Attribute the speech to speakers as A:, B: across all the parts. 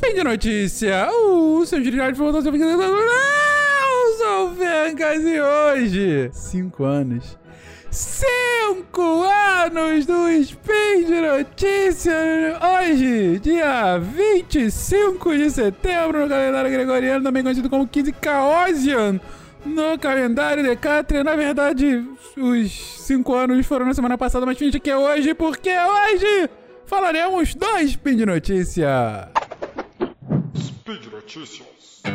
A: Spin de Notícia, o seu direito de voltar. Eu sou o Fencas e hoje, 5 anos. 5 anos do Spin de Notícia. Hoje, dia 25 de setembro, no calendário gregoriano, também conhecido como 15 Caosian. No calendário Decátria, na verdade, os 5 anos foram na semana passada, mas finge que é hoje, porque hoje falaremos do Spin de Notícia.
B: Speed Notícias.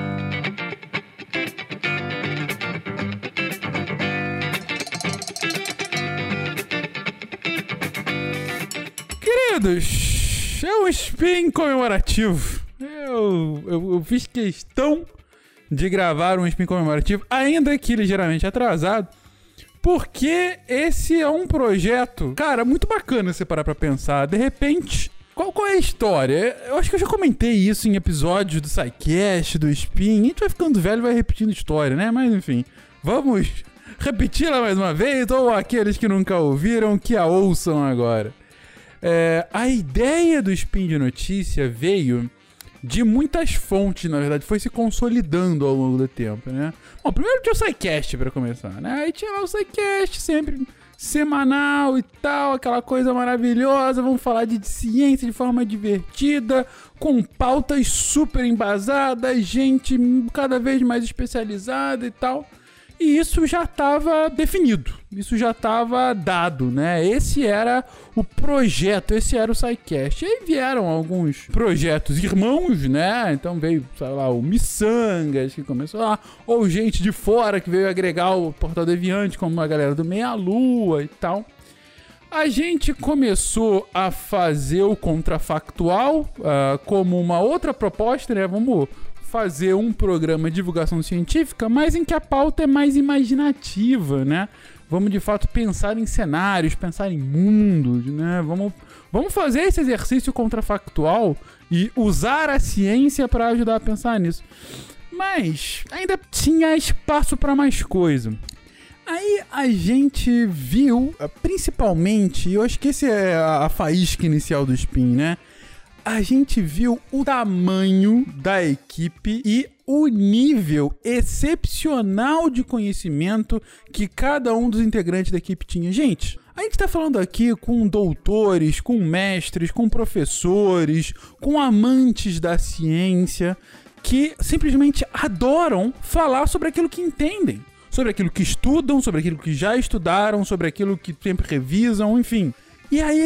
A: Queridos, é um spin comemorativo. Eu fiz questão de gravar um spin comemorativo, ainda que ligeiramente atrasado, porque esse é um projeto, cara, muito bacana você parar pra pensar. De repente, qual é a história? Eu acho que eu já comentei isso em episódios do SciCast, do spin. A gente vai ficando velho e vai repetindo história, né? Mas enfim, vamos repeti-la mais uma vez, ou aqueles que nunca ouviram, que a ouçam agora. A ideia do Spin de Notícia veio de muitas fontes, na verdade, foi se consolidando ao longo do tempo, né? Bom, primeiro tinha o SciCast pra começar, né? Aí tinha lá o SciCast sempre semanal e tal, aquela coisa maravilhosa, vamos falar de ciência de forma divertida, com pautas super embasadas, gente cada vez mais especializada e tal. E isso já estava definido, isso já estava dado, né? Esse era o projeto, esse era o SciCast. E aí vieram alguns projetos irmãos, né? Então veio, sei lá, o Missangas, que começou lá, ou gente de fora que veio agregar o Portal Deviante, como a galera do Meia Lua e tal. A gente começou a fazer o Contrafactual como uma outra proposta, né? Vamos fazer um programa de divulgação científica, mas em que a pauta é mais imaginativa, né? Vamos, de fato, pensar em cenários, pensar em mundos, né? Vamos fazer esse exercício contrafactual e usar a ciência para ajudar a pensar nisso. Mas ainda tinha espaço para mais coisa. Aí a gente viu, principalmente, eu acho que esse é a faísca inicial do Spin, né? A gente viu o tamanho da equipe e o nível excepcional de conhecimento que cada um dos integrantes da equipe tinha. Gente, a gente tá falando aqui com doutores, com mestres, com professores, com amantes da ciência, que simplesmente adoram falar sobre aquilo que entendem, sobre aquilo que estudam, sobre aquilo que já estudaram, sobre aquilo que sempre revisam, enfim. E aí a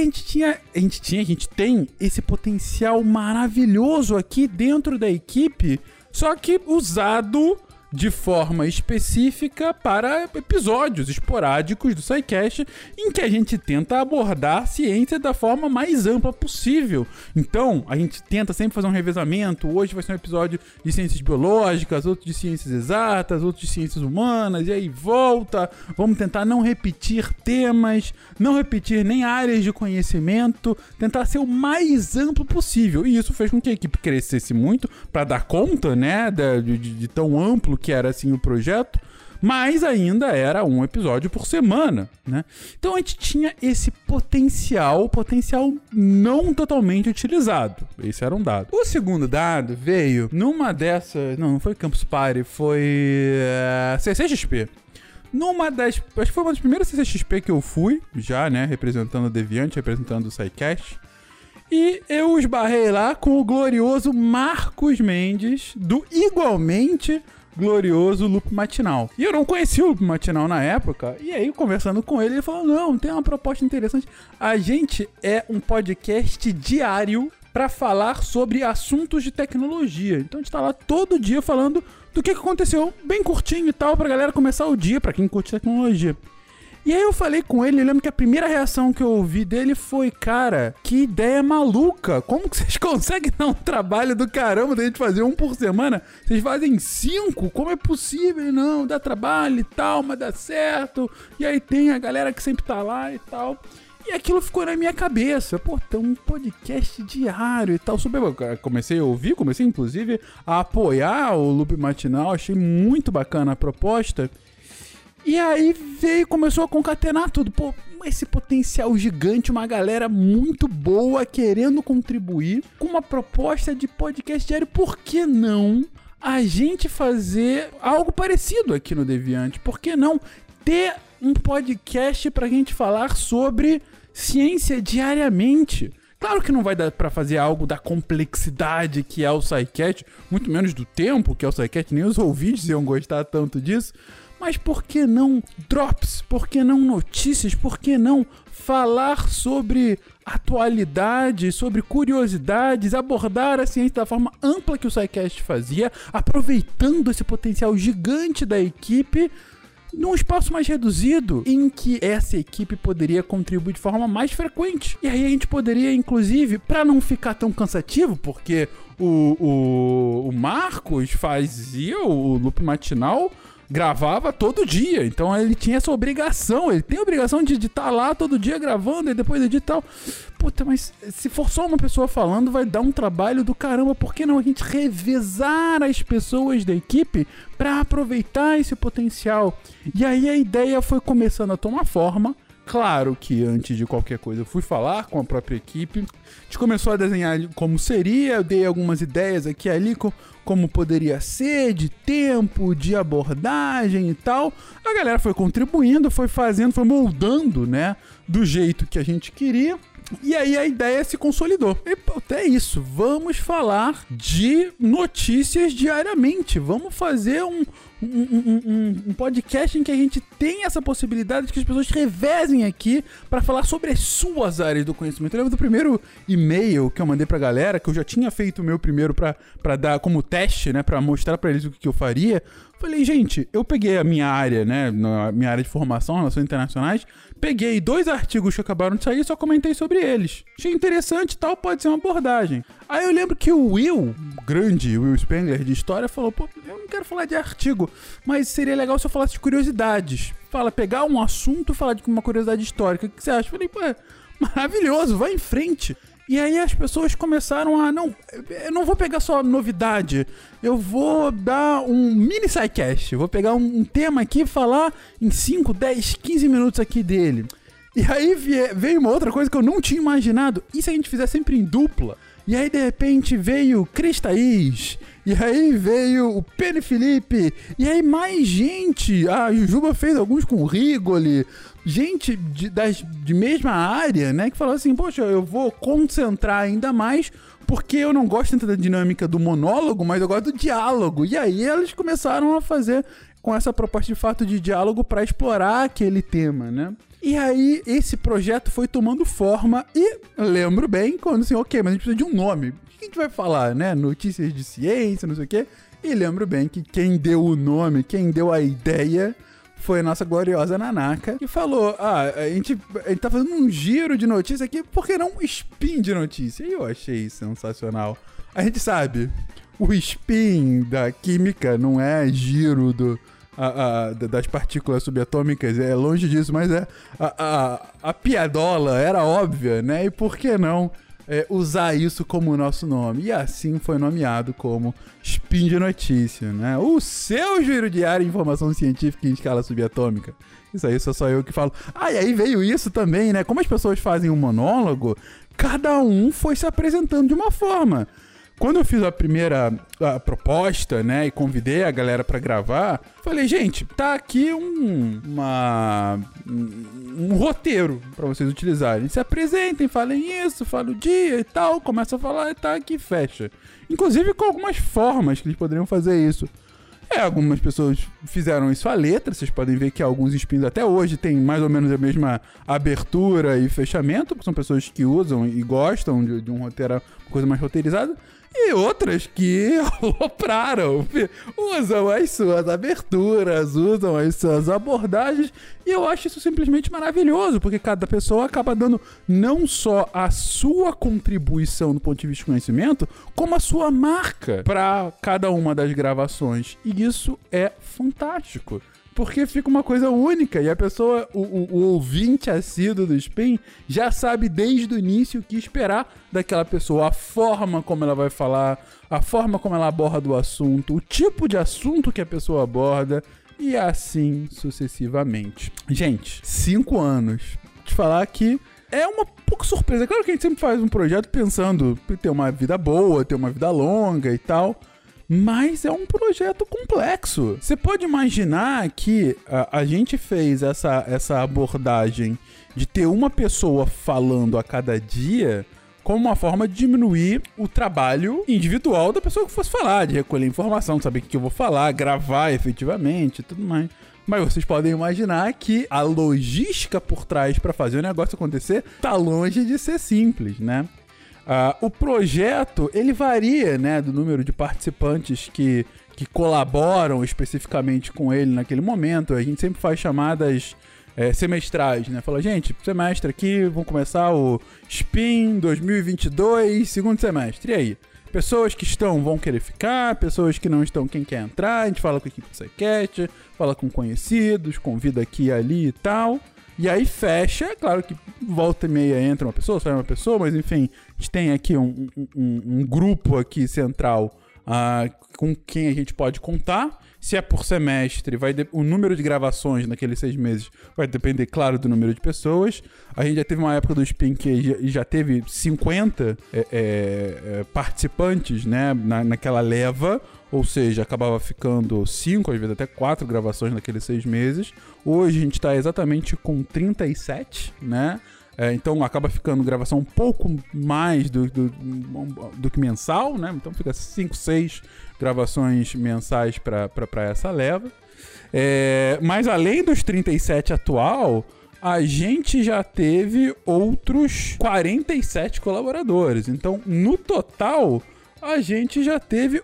A: gente tem esse potencial maravilhoso aqui dentro da equipe, só que usado de forma específica para episódios esporádicos do SciCast, em que a gente tenta abordar a ciência da forma mais ampla possível. Então, a gente tenta sempre fazer um revezamento. Hoje vai ser um episódio de ciências biológicas, outro de ciências exatas, outro de ciências humanas, e aí volta. Vamos tentar não repetir temas, não repetir nem áreas de conhecimento, tentar ser o mais amplo possível. E isso fez com que a equipe crescesse muito para dar conta, né, de tão amplo que era assim o projeto, mas ainda era um episódio por semana, né? Então a gente tinha esse potencial não totalmente utilizado. Esse era um dado. O segundo dado veio numa dessas, não foi Campus Party, foi CCXP. Acho que foi uma das primeiras CCXP que eu fui, já, né, representando o Deviante, representando o SciCast. E eu esbarrei lá com o glorioso Marcos Mendes, do igualmente glorioso Loop Matinal. E eu não conhecia o Loop Matinal na época, e aí conversando com ele, ele falou, não, tem uma proposta interessante. A gente é um podcast diário para falar sobre assuntos de tecnologia. Então a gente tá lá todo dia falando do que aconteceu, bem curtinho e tal, pra galera começar o dia, pra quem curte tecnologia. E aí eu falei com ele, eu lembro que a primeira reação que eu ouvi dele foi, cara, que ideia maluca, como que vocês conseguem dar um trabalho do caramba da gente fazer um por semana? Vocês fazem 5? Como é possível? Ele, não, dá trabalho e tal, mas dá certo, e aí tem a galera que sempre tá lá e tal. E aquilo ficou na minha cabeça, pô, tem um podcast diário e tal, comecei a ouvir, comecei inclusive a apoiar o Loop Matinal, achei muito bacana a proposta. E aí começou a concatenar tudo. Pô, esse potencial gigante, uma galera muito boa querendo contribuir com uma proposta de podcast diário. Por que não a gente fazer algo parecido aqui no Deviante? Por que não ter um podcast pra gente falar sobre ciência diariamente? Claro que não vai dar pra fazer algo da complexidade que é o SciCast, muito menos do tempo que é o SciCast, nem os ouvintes iam gostar tanto disso. Mas por que não drops? Por que não notícias? Por que não falar sobre atualidade, sobre curiosidades, abordar a ciência da forma ampla que o SciCast fazia, aproveitando esse potencial gigante da equipe num espaço mais reduzido, em que essa equipe poderia contribuir de forma mais frequente. E aí a gente poderia, inclusive, para não ficar tão cansativo, porque o Marcos fazia o loop matinal, gravava todo dia, então ele tinha essa obrigação, ele tem a obrigação de estar lá todo dia gravando e depois editar tal. Puta, mas se for só uma pessoa falando, vai dar um trabalho do caramba. Por que não a gente revezar as pessoas da equipe para aproveitar esse potencial? E aí a ideia foi começando a tomar forma. Claro que antes de qualquer coisa eu fui falar com a própria equipe, a gente começou a desenhar como seria, eu dei algumas ideias aqui e ali, como poderia ser, de tempo, de abordagem e tal. A galera foi contribuindo, foi fazendo, foi moldando, né, do jeito que a gente queria. E aí a ideia se consolidou. E até isso, vamos falar de notícias diariamente. Vamos fazer um podcast em que a gente tem essa possibilidade de que as pessoas revezem aqui para falar sobre as suas áreas do conhecimento. Eu lembro do primeiro e-mail que eu mandei pra galera, que eu já tinha feito o meu primeiro pra dar como teste, né, pra mostrar pra eles o que eu faria. Falei, gente, eu peguei a minha área, né, minha área de formação, relações internacionais, peguei 2 artigos que acabaram de sair e só comentei sobre eles. Achei interessante e tal, pode ser uma abordagem. Aí eu lembro que o grande Will Spengler de história, falou, pô, eu não quero falar de artigo, mas seria legal se eu falasse de curiosidades. Pegar um assunto e falar de uma curiosidade histórica. O que você acha? Falei, pô, maravilhoso, vai em frente. E aí as pessoas começaram eu não vou pegar só novidade, eu vou dar um mini SciCast, eu vou pegar um tema aqui e falar em 5, 10, 15 minutos aqui dele. E aí veio uma outra coisa que eu não tinha imaginado, e se a gente fizer sempre em dupla? E aí de repente veio Cris Thaís, e aí veio o Penny Felipe, e aí mais gente, a Jujuba fez alguns com o Rigoli, gente de mesma área, né, que falou assim, poxa, eu vou concentrar ainda mais, porque eu não gosto tanto da dinâmica do monólogo, mas eu gosto do diálogo. E aí eles começaram a fazer com essa proposta de fato de diálogo para explorar aquele tema, né? E aí esse projeto foi tomando forma e lembro bem quando assim, ok, mas a gente precisa de um nome. O que a gente vai falar, né? Notícias de ciência, não sei o quê. E lembro bem que quem deu o nome, quem deu a ideia foi a nossa gloriosa Nanaka, que falou, a gente tá fazendo um giro de notícia aqui, por que não um spin de notícia? E eu achei sensacional. A gente sabe, o spin da química não é giro das partículas subatômicas, é longe disso, mas a piadola era óbvia, né? E por que não usar isso como nosso nome? E assim foi nomeado como Spin de Notícia, né? O seu giro diário de informação científica em escala subatômica. Isso aí sou só eu que falo. E aí veio isso também, né? Como as pessoas fazem um monólogo, cada um foi se apresentando de uma forma. Quando eu fiz a primeira proposta, né, e convidei a galera pra gravar, falei, gente, tá aqui um roteiro pra vocês utilizarem. Se apresentem, falem isso, falem o dia e tal, começa a falar e tá aqui, fecha. Inclusive com algumas formas que eles poderiam fazer isso. Algumas pessoas fizeram isso à letra, vocês podem ver que alguns spins até hoje têm mais ou menos a mesma abertura e fechamento, porque são pessoas que usam e gostam de um roteiro, uma coisa mais roteirizada. E outras que alopraram, usam as suas aberturas, usam as suas abordagens, e eu acho isso simplesmente maravilhoso, porque cada pessoa acaba dando não só a sua contribuição do ponto de vista de conhecimento, como a sua marca para cada uma das gravações, e isso é fantástico. Porque fica uma coisa única e a pessoa, o ouvinte assíduo do Spin já sabe desde o início o que esperar daquela pessoa, a forma como ela vai falar, a forma como ela aborda o assunto, o tipo de assunto que a pessoa aborda. e assim sucessivamente. Gente, 5 anos. Vou te falar que é uma pouco surpresa. Claro que a gente sempre faz um projeto pensando em ter uma vida boa, ter uma vida longa e tal, mas é um projeto complexo. Você pode imaginar que a gente fez essa abordagem de ter uma pessoa falando a cada dia como uma forma de diminuir o trabalho individual da pessoa que fosse falar, de recolher informação, saber o que eu vou falar, gravar efetivamente e tudo mais. Mas vocês podem imaginar que a logística por trás para fazer o negócio acontecer tá longe de ser simples, né? O projeto, ele varia, né, do número de participantes que colaboram especificamente com ele naquele momento. A gente sempre faz chamadas semestrais, né? Fala, gente, semestre aqui, vamos começar o SPIN 2022, segundo semestre. E aí? Pessoas que estão vão querer ficar, pessoas que não estão, quem quer entrar, a gente fala com a equipe do SciCast, fala com conhecidos, convida aqui e ali e tal. E aí fecha, claro que volta e meia entra uma pessoa, sai uma pessoa, mas enfim, a gente tem aqui um grupo aqui central com quem a gente pode contar. Se é por semestre, o número de gravações naqueles 6 meses vai depender, claro, do número de pessoas. A gente já teve uma época do SPIN que já teve 50 participantes, né, naquela leva, ou seja, acabava ficando 5, às vezes até 4 gravações naqueles 6 meses. Hoje a gente está exatamente com 37, né? Então acaba ficando gravação um pouco mais do que mensal, né? Então fica 5, 6 gravações mensais para essa leva. Mas além dos 37 atual, a gente já teve outros 47 colaboradores. Então, no total, a gente já teve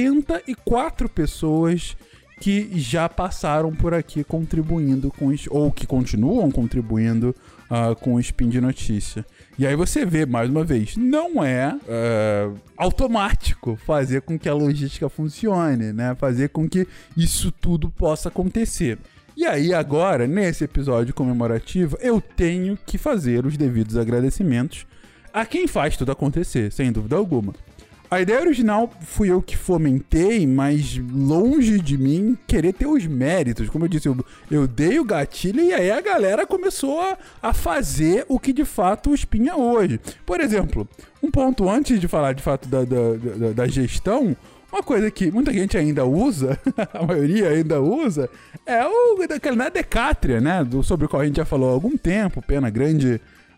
A: 84 pessoas que já passaram por aqui contribuindo ou que continuam contribuindo com o Spin de Notícia. E aí você vê, mais uma vez, não é automático fazer com que a logística funcione, né? Fazer com que isso tudo possa acontecer. E aí agora, nesse episódio comemorativo, eu tenho que fazer os devidos agradecimentos a quem faz tudo acontecer, sem dúvida alguma. A ideia original fui eu que fomentei, mas longe de mim querer ter os méritos. Como eu disse, eu dei o gatilho e aí a galera começou a fazer o que de fato o Spin é hoje. Por exemplo, um ponto antes de falar de fato da gestão, uma coisa que muita gente ainda usa, a maioria ainda usa, é o calendário Decátria, né? Sobre o qual a gente já falou há algum tempo, Pena grande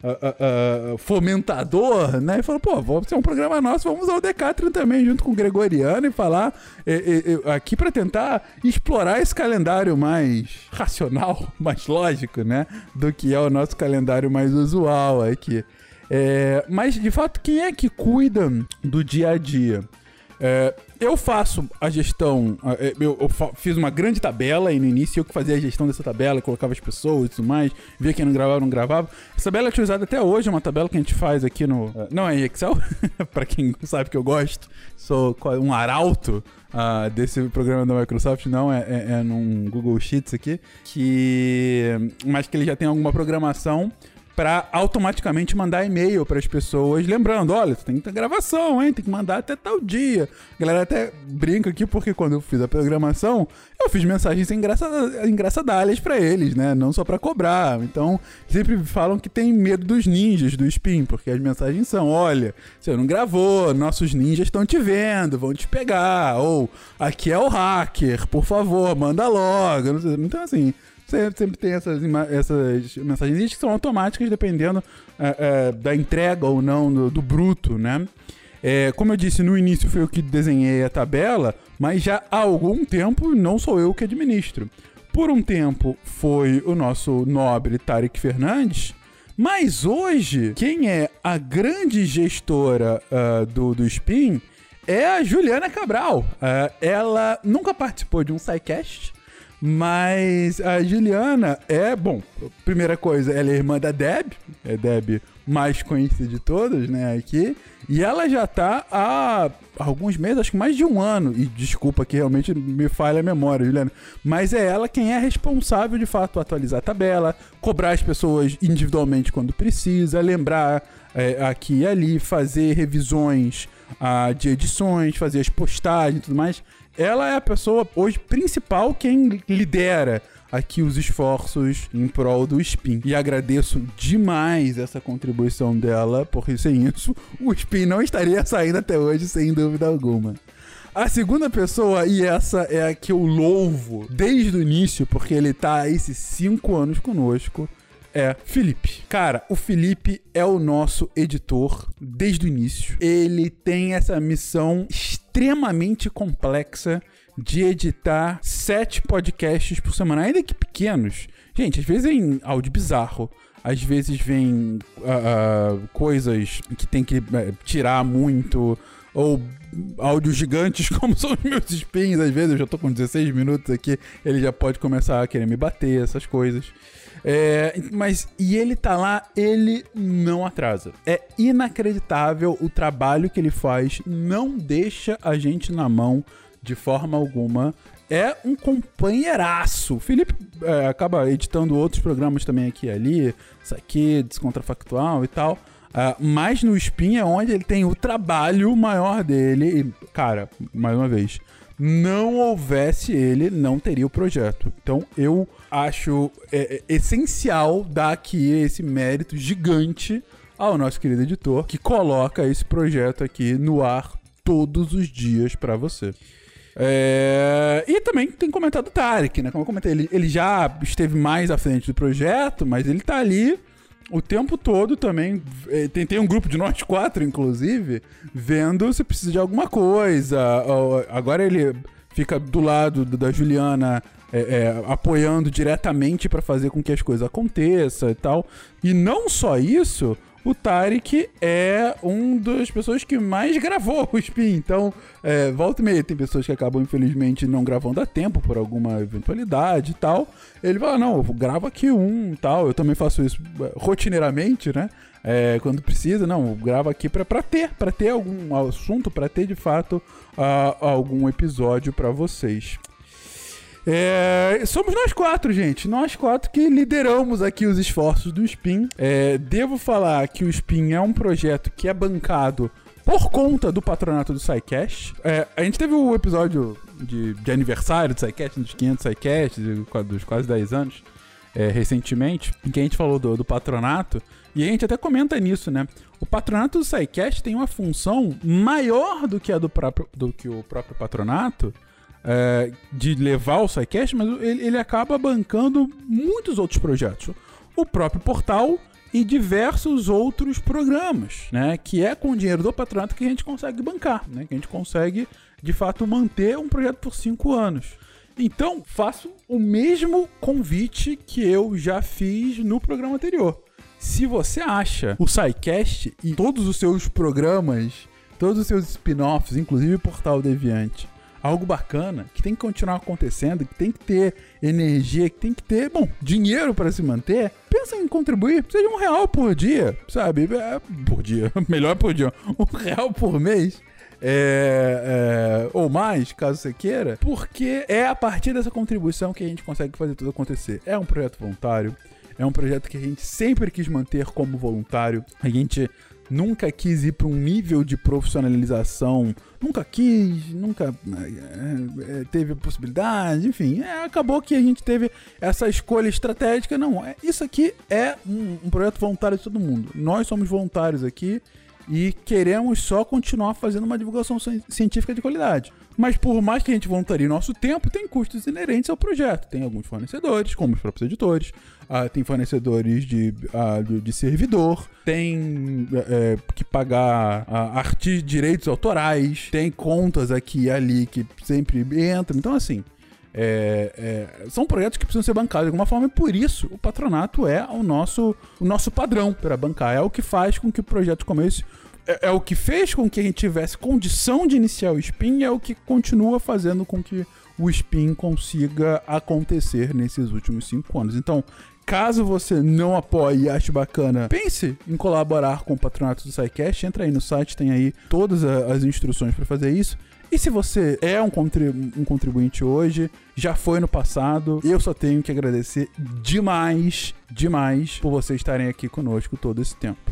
A: fomentador, né? E falou, vamos ser um programa nosso, vamos usar o Decathlon também, junto com o Gregoriano, e falar aqui para tentar explorar esse calendário mais racional, mais lógico, né? Do que é o nosso calendário mais usual aqui. Mas, de fato, quem é que cuida do dia a dia? Eu faço a gestão, eu fiz uma grande tabela e no início eu que fazia a gestão dessa tabela, colocava as pessoas e tudo mais, via quem não gravava. Essa tabela é utilizada até hoje, é uma tabela que a gente faz aqui não é em Excel, pra quem sabe que eu gosto, sou um arauto desse programa da Microsoft, não, é num Google Sheets aqui, mas que ele já tem alguma programação para automaticamente mandar e-mail para as pessoas, lembrando, olha, tem que ter gravação, hein? Tem que mandar até tal dia. A galera até brinca aqui, porque quando eu fiz a programação, eu fiz mensagens engraçadalhas para eles, né? Não só para cobrar. Então, sempre falam que tem medo dos ninjas do Spin, porque as mensagens são, olha, você não gravou, nossos ninjas estão te vendo, vão te pegar, ou aqui é o hacker, por favor, manda logo. Então, assim, sempre tem essas mensagens que são automáticas, dependendo da entrega ou não do bruto, né? Como eu disse, no início fui eu que desenhei a tabela, mas já há algum tempo não sou eu que administro. Por um tempo foi o nosso nobre Tarek Fernandes, mas hoje quem é a grande gestora do Spin é a Juliana Cabral. Ela nunca participou de um SciCast, mas a Juliana primeira coisa, ela é irmã da Deb, é a Deb mais conhecida de todas, né, aqui, e ela já tá há alguns meses, acho que mais de um ano, e desculpa que realmente me falha a memória, Juliana, mas é ela quem é responsável, de fato, atualizar a tabela, cobrar as pessoas individualmente quando precisa, lembrar aqui e ali, fazer revisões de edições, fazer as postagens e tudo mais. Ela é a pessoa hoje principal, quem lidera aqui os esforços em prol do Spin. E agradeço demais essa contribuição dela, porque sem isso o Spin não estaria saindo até hoje, sem dúvida alguma. A segunda pessoa, e essa é a que eu louvo desde o início, porque ele tá há esses 5 anos conosco, é Felipe. Cara, o Felipe é o nosso editor desde o início. Ele tem essa missão extremamente complexa de editar 7 podcasts por semana, ainda que pequenos. Gente, às vezes vem áudio bizarro, às vezes vem coisas que tem que tirar muito, ou áudios gigantes como são os meus spins. Às vezes eu já tô com 16 minutos aqui, ele já pode começar a querer me bater, essas coisas. E ele tá lá, ele não atrasa. É inacreditável o trabalho que ele faz, não deixa a gente na mão de forma alguma. É um companheiraço. O Felipe acaba editando outros programas também aqui e ali, isso aqui, Descontrafactual e tal. Mas no Spin é onde ele tem o trabalho maior dele. E, cara, mais uma vez, não houvesse ele, não teria o projeto. Então eu acho essencial dar aqui esse mérito gigante ao nosso querido editor, que coloca esse projeto aqui no ar todos os dias pra você. E também tem comentado o Tarek, né? Como eu comentei, ele já esteve mais à frente do projeto, mas ele tá ali o tempo todo também. Tem um grupo de nós 4, inclusive, vendo se precisa de alguma coisa. Agora ele fica do lado da Juliana, apoiando diretamente para fazer com que as coisas aconteçam e tal. E não só isso, o Tarek é uma das pessoas que mais gravou o Spin. Então, volta e meia, tem pessoas que acabam, infelizmente, não gravando a tempo por alguma eventualidade e tal. Ele fala, não, eu gravo aqui e tal. Eu também faço isso rotineiramente, né? Quando precisa, não, eu gravo aqui pra ter algum assunto, pra ter, de fato, algum episódio pra vocês. Somos nós 4, gente. Nós 4 que lideramos aqui os esforços do Spin. Devo falar que o Spin é um projeto que é bancado por conta do patronato do SciCast. A gente teve o episódio de aniversário do SciCast, dos 500 SciCast, dos quase 10 anos, recentemente, em que a gente falou do patronato. E a gente até comenta nisso, né? O patronato do SciCast tem uma função maior do que o próprio patronato, de levar o SciCast, mas ele acaba bancando muitos outros projetos. O próprio portal e diversos outros programas, né? Que é com o dinheiro do patronato que a gente consegue bancar, né? Que a gente consegue, de fato, manter um projeto por 5 anos. Então, faço o mesmo convite que eu já fiz no programa anterior. Se você acha o SciCast e todos os seus programas, todos os seus spin-offs, inclusive o Portal Deviante, algo bacana, que tem que continuar acontecendo, que tem que ter energia, que tem que ter, dinheiro para se manter, pensa em contribuir, seja R$1 por dia, sabe? Por dia, melhor por dia, R$1 por mês. Ou mais, caso você queira, porque é a partir dessa contribuição que a gente consegue fazer tudo acontecer. É um projeto voluntário, é um projeto que a gente sempre quis manter como voluntário, a gente nunca quis ir para um nível de profissionalização, nunca teve a possibilidade, enfim, acabou que a gente teve essa escolha estratégica. Não, isso aqui é um projeto voluntário de todo mundo, nós somos voluntários aqui e queremos só continuar fazendo uma divulgação científica de qualidade. Mas por mais que a gente voluntarie nosso tempo, tem custos inerentes ao projeto. Tem alguns fornecedores, como os próprios editores, tem fornecedores de servidor, tem que pagar direitos autorais, tem contas aqui e ali que sempre entram. Então, assim, são projetos que precisam ser bancados de alguma forma, e por isso o patronato é o nosso padrão para bancar. É o que faz com que o projeto comece. É o que fez com que a gente tivesse condição de iniciar o Spin, é o que continua fazendo com que o Spin consiga acontecer nesses últimos 5 anos. Então, caso você não apoie e ache bacana, pense em colaborar com o patronato do SciCast, entra aí no site, tem aí todas as instruções para fazer isso. E se você é um contribuinte hoje, já foi no passado, eu só tenho que agradecer demais por vocês estarem aqui conosco todo esse tempo.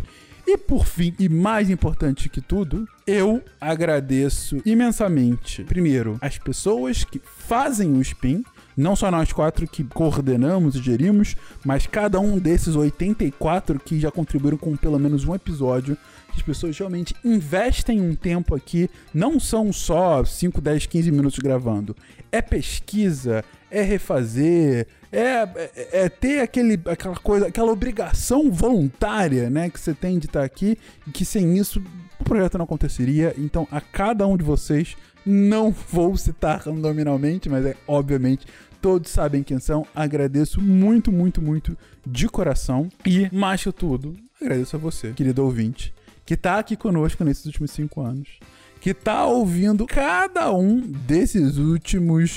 A: E por fim, e mais importante que tudo, eu agradeço imensamente, primeiro, as pessoas que fazem o Spin, não só nós 4 que coordenamos e gerimos, mas cada um desses 84 que já contribuíram com pelo menos um episódio. As pessoas realmente investem um tempo aqui, não são só 5, 10, 15 minutos gravando. É pesquisa, é refazer, é ter aquela coisa, aquela obrigação voluntária, né, que você tem de estar aqui, e que sem isso o projeto não aconteceria. Então, a cada um de vocês, não vou citar nominalmente, mas obviamente todos sabem quem são. Agradeço muito, muito, muito de coração. E, mais que tudo, agradeço a você, querido ouvinte, que tá aqui conosco nesses últimos 5 anos, que tá ouvindo cada um desses últimos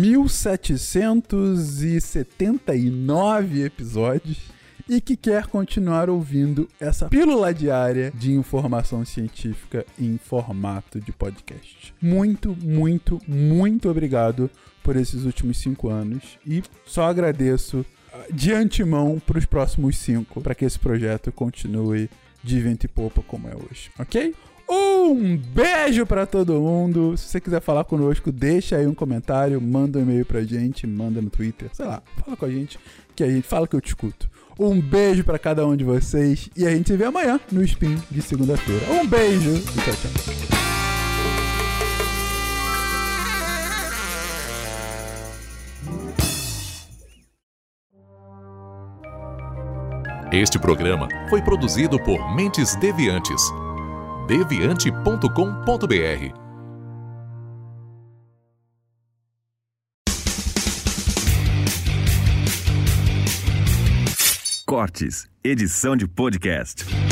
A: 1779 episódios e que quer continuar ouvindo essa pílula diária de informação científica em formato de podcast. Muito, muito, muito obrigado por esses últimos 5 anos e só agradeço de antemão para os próximos 5, para que esse projeto continue de vento e popa como é hoje, ok? Um beijo pra todo mundo. Se você quiser falar conosco, deixa aí um comentário, manda um e-mail pra gente, manda no Twitter, sei lá, fala com a gente, que a gente fala que eu te escuto. Um beijo pra cada um de vocês e a gente se vê amanhã no Spin de segunda-feira. Um beijo e tchau, tchau.
C: Este programa foi produzido por Mentes Deviantes. deviante.com.br.
D: Cortes, edição de podcast.